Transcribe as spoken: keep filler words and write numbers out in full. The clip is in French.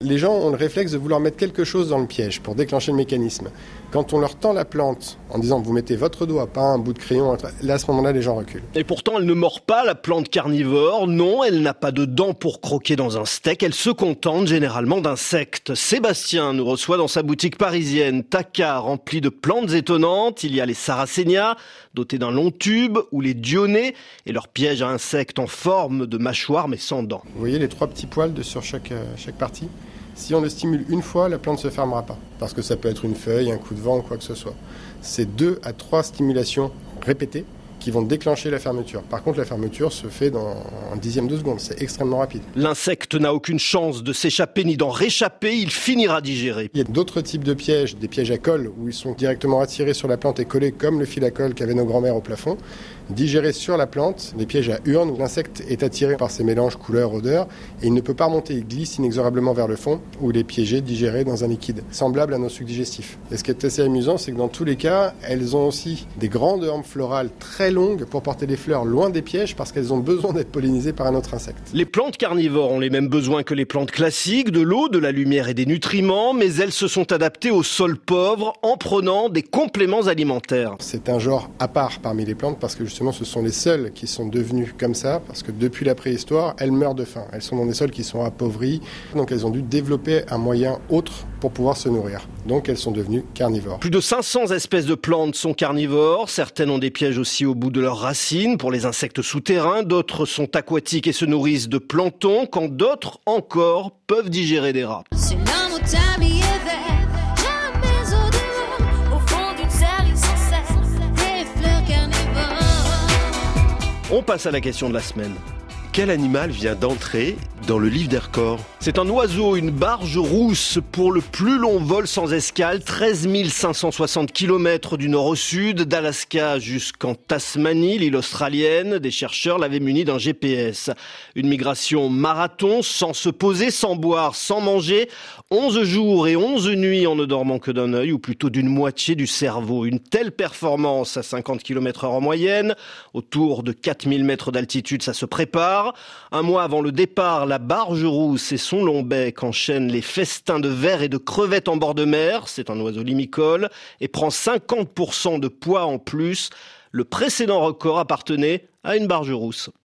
Les gens ont le réflexe de vouloir mettre quelque chose dans le piège pour déclencher le mécanisme. Quand on leur tend la plante en disant vous mettez votre doigt, pas un bout de crayon, là à ce moment-là les gens reculent. Et pourtant elle ne mord pas, la plante carnivore. Non, elle n'a pas de dents pour croquer dans un steak. Elle se contente généralement d'insectes. Sébastien nous reçoit dans sa boutique parisienne. Taka, remplie de plantes étonnantes. Il y a les sarracénias, dotés d'un long tube, ou les dionnées, et leur piège à insectes en forme de mâchoire mais sans dents. Vous voyez les trois petits poils de sur chaque, euh, chaque partie ? Si on le stimule une fois, la plante ne se fermera pas. Parce que ça peut être une feuille, un coup de vent ou quoi que ce soit. C'est deux à trois stimulations répétées qui vont déclencher la fermeture. Par contre, la fermeture se fait dans un dixième de seconde. C'est extrêmement rapide. L'insecte n'a aucune chance de s'échapper ni d'en réchapper. Il finira digéré. Il y a d'autres types de pièges, des pièges à colle, où ils sont directement attirés sur la plante et collés comme le fil à colle qu'avaient nos grands-mères au plafond. Digérés sur la plante, des pièges à urne où l'insecte est attiré par ces mélanges couleurs, odeurs, et il ne peut pas remonter, il glisse inexorablement vers le fond, où il est piégé, digéré dans un liquide, semblable à nos sucs digestifs. Et ce qui est assez amusant, c'est que dans tous les cas, elles ont aussi des grandes hampes florales très longues pour porter les fleurs loin des pièges, parce qu'elles ont besoin d'être pollinisées par un autre insecte. Les plantes carnivores ont les mêmes besoins que les plantes classiques, de l'eau, de la lumière et des nutriments, mais elles se sont adaptées au sol pauvre en prenant des compléments alimentaires. C'est un genre à part parmi les plantes, parce que justement ce sont les seules qui sont devenues comme ça, parce que depuis la préhistoire, elles meurent de faim. Elles sont dans des sols qui sont appauvris, donc elles ont dû développer un moyen autre pour pouvoir se nourrir. Donc elles sont devenues carnivores. Plus de cinq cents espèces de plantes sont carnivores, certaines ont des pièges aussi au bout de leurs racines pour les insectes souterrains, d'autres sont aquatiques et se nourrissent de plancton, quand d'autres encore peuvent digérer des rats. C'est l'amour tablier vert. On passe à la question de la semaine. Quel animal vient d'entrer dans le livre des records ? C'est un oiseau, une barge rousse, pour le plus long vol sans escale, treize mille cinq cent soixante kilomètres du nord au sud, d'Alaska jusqu'en Tasmanie, l'île australienne. Des chercheurs l'avaient muni d'un G P S. Une migration marathon, sans se poser, sans boire, sans manger. onze jours et onze nuits en ne dormant que d'un œil, ou plutôt d'une moitié du cerveau. Une telle performance à cinquante kilomètres heure en moyenne, autour de quatre mille mètres d'altitude, ça se prépare. Un mois avant le départ, la barge rousse et son long bec enchaînent les festins de vers et de crevettes en bord de mer. C'est un oiseau limicole et prend cinquante pour cent de poids en plus. Le précédent record appartenait à une barge rousse.